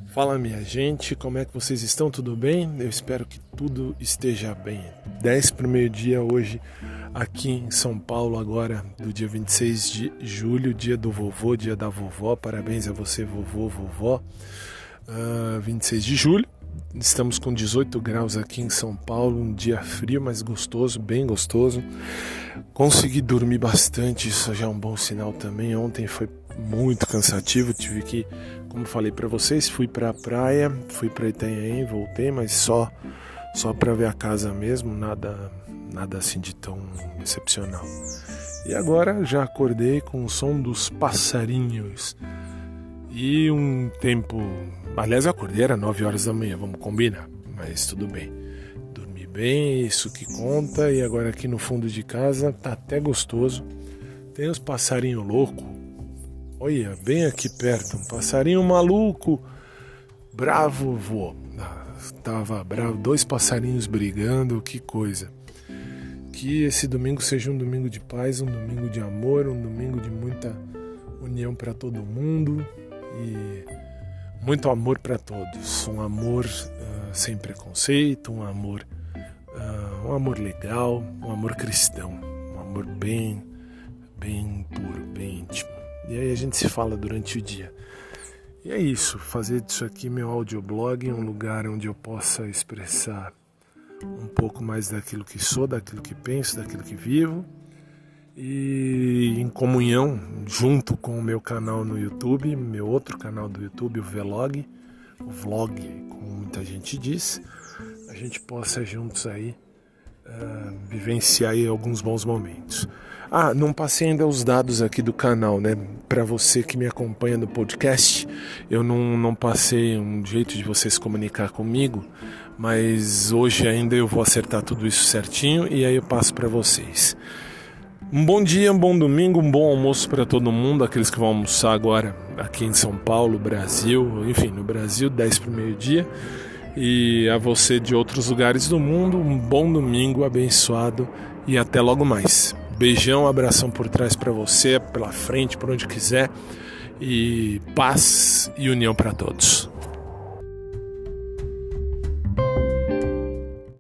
Fala minha gente, como é que vocês estão? Tudo bem? Eu espero que tudo esteja bem. 10 para o meio-dia hoje aqui em São Paulo, agora do dia 26 de julho, dia do vovô, dia da vovó. Parabéns a você, vovô, vovó. 26 de julho, estamos com 18 graus aqui em São Paulo, um dia frio, mas gostoso, bem gostoso. Consegui dormir bastante, isso já é um bom sinal também. Ontem foi muito cansativo, tive que, como falei para vocês, fui para a praia, fui para Itanhaém, voltei, mas só para ver a casa mesmo, nada assim de tão excepcional. E agora já acordei com o som dos passarinhos e um tempo, aliás eu acordei, era 9 horas da manhã, vamos combinar, mas tudo bem. Dormi bem, isso que conta, e agora aqui no fundo de casa tá até gostoso. Tem os passarinhos loucos. Olha, bem aqui perto, um passarinho maluco, bravo, vô. Tava bravo, 2 passarinhos brigando, que coisa. Que esse domingo seja um domingo de paz, um domingo de amor, um domingo de muita união para todo mundo e muito amor para todos. Um amor sem preconceito, um amor legal, um amor cristão, um amor bem puro, bem íntimo. E aí a gente se fala durante o dia. E é isso, fazer disso aqui meu audioblog, um lugar onde eu possa expressar um pouco mais daquilo que sou, daquilo que penso, daquilo que vivo. E em comunhão, junto com o meu canal no YouTube, meu outro canal do YouTube, o Vlog, como muita gente diz, a gente possa juntos aí vivenciar aí alguns bons momentos. Não passei ainda os dados aqui do canal, né? Para você que me acompanha no podcast, eu não passei um jeito de você se comunicar comigo, mas hoje ainda eu vou acertar tudo isso certinho e aí eu passo para vocês. Um bom dia, um bom domingo, um bom almoço para todo mundo, aqueles que vão almoçar agora aqui em São Paulo, Brasil, enfim, no Brasil, 10 para o meio-dia. E a você de outros lugares do mundo, um bom domingo abençoado e até logo mais. Beijão, abração por trás para você, pela frente, por onde quiser, e paz e união para todos.